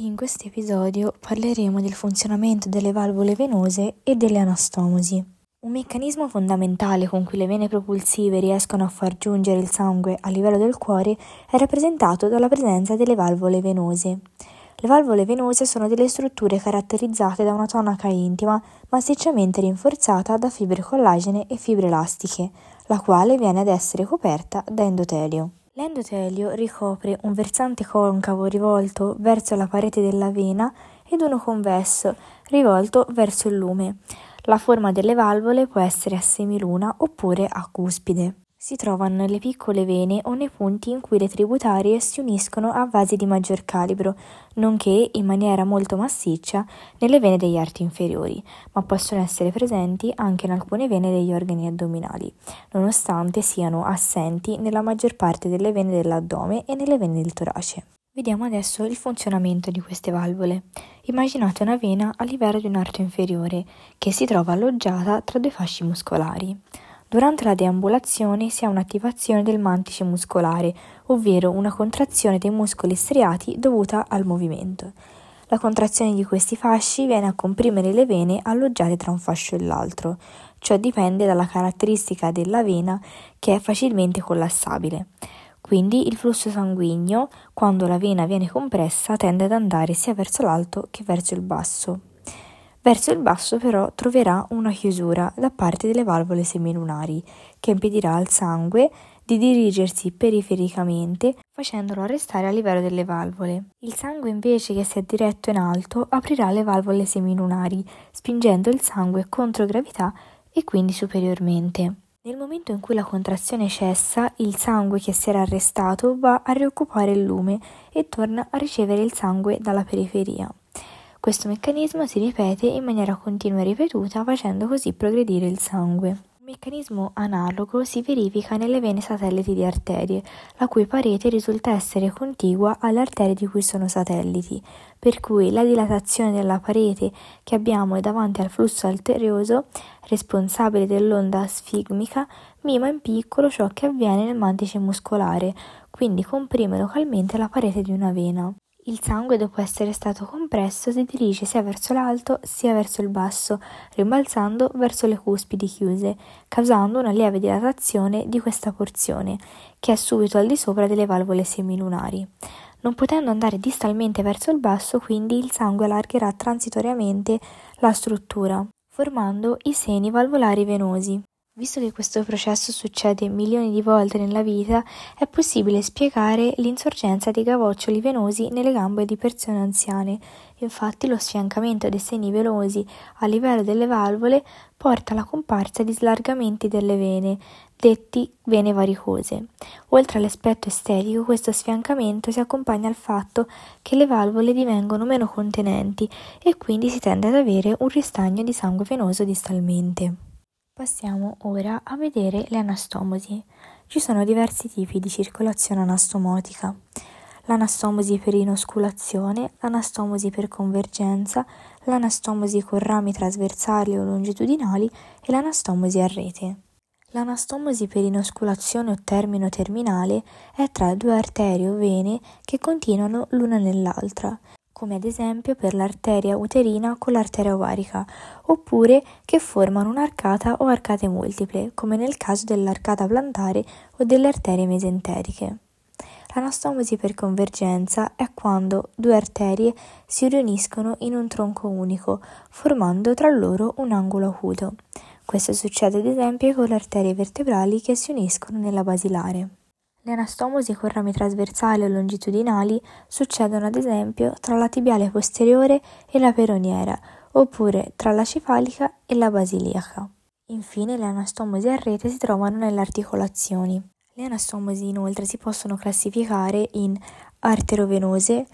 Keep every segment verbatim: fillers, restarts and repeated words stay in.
In questo episodio parleremo del funzionamento delle valvole venose e delle anastomosi. Un meccanismo fondamentale con cui le vene propulsive riescono a far giungere il sangue a livello del cuore è rappresentato dalla presenza delle valvole venose. Le valvole venose sono delle strutture caratterizzate da una tonaca intima massicciamente rinforzata da fibre collagene e fibre elastiche, la quale viene ad essere coperta da endotelio. L'endotelio ricopre un versante concavo rivolto verso la parete della vena ed uno convesso rivolto verso il lume. La forma delle valvole può essere a semiluna oppure a cuspide. Si trovano nelle piccole vene o nei punti in cui le tributarie si uniscono a vasi di maggior calibro, nonché in maniera molto massiccia nelle vene degli arti inferiori, ma possono essere presenti anche in alcune vene degli organi addominali, nonostante siano assenti nella maggior parte delle vene dell'addome e nelle vene del torace. Vediamo adesso il funzionamento di queste valvole. Immaginate una vena a livello di un arto inferiore che si trova alloggiata tra due fasci muscolari. Durante la deambulazione si ha un'attivazione del mantice muscolare, ovvero una contrazione dei muscoli striati dovuta al movimento. La contrazione di questi fasci viene a comprimere le vene alloggiate tra un fascio e l'altro. Ciò dipende dalla caratteristica della vena che è facilmente collassabile. Quindi il flusso sanguigno, quando la vena viene compressa, tende ad andare sia verso l'alto che verso il basso. Verso il basso però troverà una chiusura da parte delle valvole seminunari che impedirà al sangue di dirigersi perifericamente facendolo arrestare a livello delle valvole. Il sangue invece che si è diretto in alto aprirà le valvole seminunari spingendo il sangue contro gravità e quindi superiormente. Nel momento in cui la contrazione cessa, il sangue che si era arrestato va a rioccupare il lume e torna a ricevere il sangue dalla periferia. Questo meccanismo si ripete in maniera continua e ripetuta, facendo così progredire il sangue. Un meccanismo analogo si verifica nelle vene satelliti di arterie, la cui parete risulta essere contigua alle arterie di cui sono satelliti, per cui la dilatazione della parete che abbiamo davanti al flusso arterioso, responsabile dell'onda sfigmica, mima in piccolo ciò che avviene nel mantice muscolare, quindi comprime localmente la parete di una vena. Il sangue, dopo essere stato compresso, si dirige sia verso l'alto sia verso il basso, rimbalzando verso le cuspidi chiuse, causando una lieve dilatazione di questa porzione, che è subito al di sopra delle valvole seminunari. Non potendo andare distalmente verso il basso, quindi il sangue allargherà transitoriamente la struttura, formando i seni valvolari venosi. Visto che questo processo succede milioni di volte nella vita, è possibile spiegare l'insorgenza di gavoccioli venosi nelle gambe di persone anziane. Infatti lo sfiancamento dei seni venosi a livello delle valvole porta alla comparsa di slargamenti delle vene, detti vene varicose. Oltre all'aspetto estetico, questo sfiancamento si accompagna al fatto che le valvole divengono meno contenenti e quindi si tende ad avere un ristagno di sangue venoso distalmente. Passiamo ora a vedere le anastomosi. Ci sono diversi tipi di circolazione anastomotica: l'anastomosi per inosculazione, l'anastomosi per convergenza, l'anastomosi con rami trasversali o longitudinali e l'anastomosi a rete. L'anastomosi per inosculazione o termino terminale è tra due arterie o vene che continuano l'una nell'altra, come ad esempio per l'arteria uterina con l'arteria ovarica, oppure che formano un'arcata o arcate multiple, come nel caso dell'arcata plantare o delle arterie mesenteriche. L'anastomosi per convergenza è quando due arterie si riuniscono in un tronco unico, formando tra loro un angolo acuto. Questo succede ad esempio con le arterie vertebrali che si uniscono nella basilare. Le anastomosi con rami trasversali o longitudinali succedono ad esempio tra la tibiale posteriore e la peroniera, oppure tra la cefalica e la basiliaca. Infine le anastomosi a rete si trovano nelle articolazioni. Le anastomosi inoltre si possono classificare in arterovenose,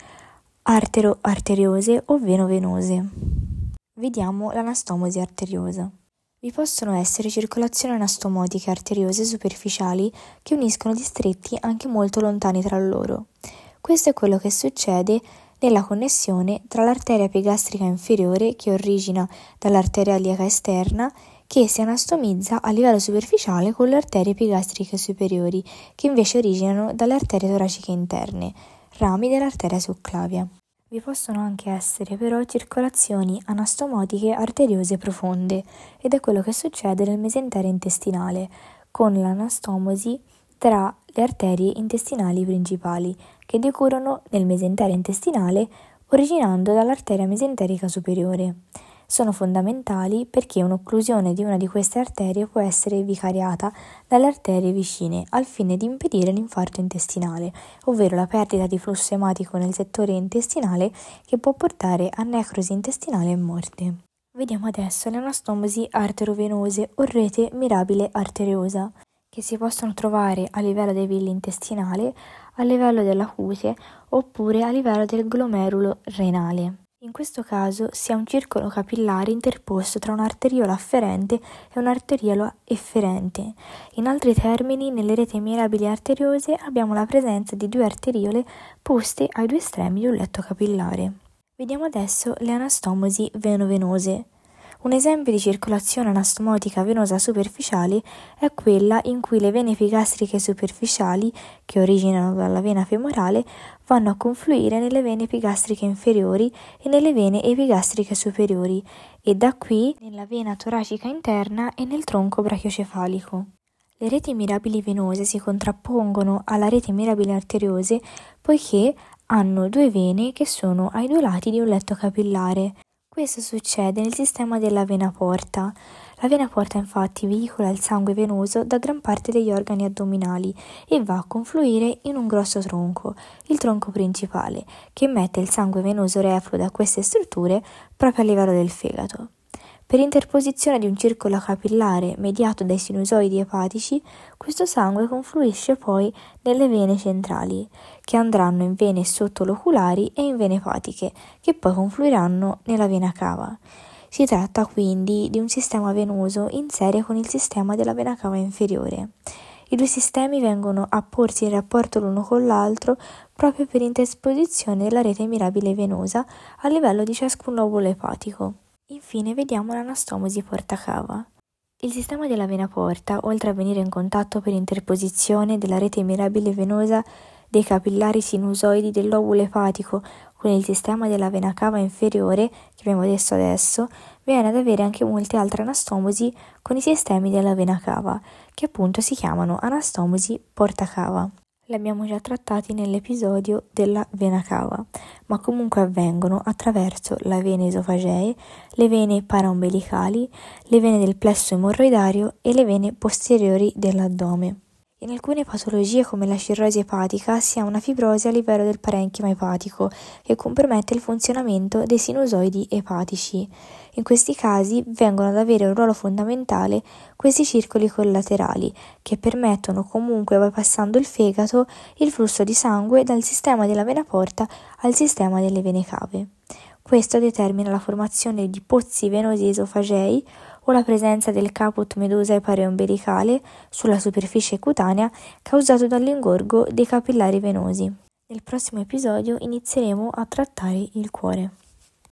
artero-arteriose o venovenose. Vediamo l'anastomosi arteriosa. Vi possono essere circolazioni anastomotiche arteriose superficiali che uniscono distretti anche molto lontani tra loro. Questo è quello che succede nella connessione tra l'arteria epigastrica inferiore, che origina dall'arteria iliaca esterna, che si anastomizza a livello superficiale con le arterie epigastriche superiori, che invece originano dalle arterie toraciche interne, rami dell'arteria succlavia. Vi possono anche essere però circolazioni anastomotiche arteriose profonde ed è quello che succede nel mesenterio intestinale con l'anastomosi tra le arterie intestinali principali che decorrono nel mesenterio intestinale originando dall'arteria mesenterica superiore. Sono fondamentali perché un'occlusione di una di queste arterie può essere vicariata dalle arterie vicine al fine di impedire l'infarto intestinale, ovvero la perdita di flusso ematico nel settore intestinale che può portare a necrosi intestinale e morte. Vediamo adesso le anastomosi arterovenose o rete mirabile arteriosa, che si possono trovare a livello dei villi intestinale, a livello della cute oppure a livello del glomerulo renale. In questo caso si ha un circolo capillare interposto tra un'arteriola afferente e un'arteriola efferente. In altri termini, nelle reti mirabili arteriose abbiamo la presenza di due arteriole poste ai due estremi di un letto capillare. Vediamo adesso le anastomosi venovenose. Un esempio di circolazione anastomotica venosa superficiale è quella in cui le vene epigastriche superficiali, che originano dalla vena femorale, vanno a confluire nelle vene epigastriche inferiori e nelle vene epigastriche superiori e da qui nella vena toracica interna e nel tronco brachiocefalico. Le reti mirabili venose si contrappongono alla rete mirabile arteriose poiché hanno due vene che sono ai due lati di un letto capillare. Questo succede nel sistema della vena porta. La vena porta infatti veicola il sangue venoso da gran parte degli organi addominali e va a confluire in un grosso tronco, il tronco principale, che mette il sangue venoso refluo da queste strutture proprio a livello del fegato. Per interposizione di un circolo capillare mediato dai sinusoidi epatici, questo sangue confluisce poi nelle vene centrali, che andranno in vene sottoloculari e in vene epatiche, che poi confluiranno nella vena cava. Si tratta quindi di un sistema venoso in serie con il sistema della vena cava inferiore. I due sistemi vengono a porsi in rapporto l'uno con l'altro proprio per interposizione della rete mirabile venosa a livello di ciascun lobulo epatico. Infine vediamo l'anastomosi porta-cava. Il sistema della vena porta, oltre a venire in contatto per interposizione della rete mirabile venosa dei capillari sinusoidi del lobulo epatico con il sistema della vena cava inferiore, che abbiamo detto adesso, viene ad avere anche molte altre anastomosi con i sistemi della vena cava, che appunto si chiamano anastomosi porta-cava. Li abbiamo già trattati nell'episodio della vena cava, ma comunque avvengono attraverso le vene esofagee, le vene paraombelicali, le vene del plesso emorroidario e le vene posteriori dell'addome. In alcune patologie come la cirrosi epatica si ha una fibrosi a livello del parenchima epatico che compromette il funzionamento dei sinusoidi epatici. In questi casi vengono ad avere un ruolo fondamentale questi circoli collaterali che permettono comunque, bypassando il fegato, il flusso di sangue dal sistema della vena porta al sistema delle vene cave. Questo determina la formazione di pozzi venosi esofagei o la presenza del caput medusae paraombelicale sulla superficie cutanea causato dall'ingorgo dei capillari venosi. Nel prossimo episodio inizieremo a trattare il cuore.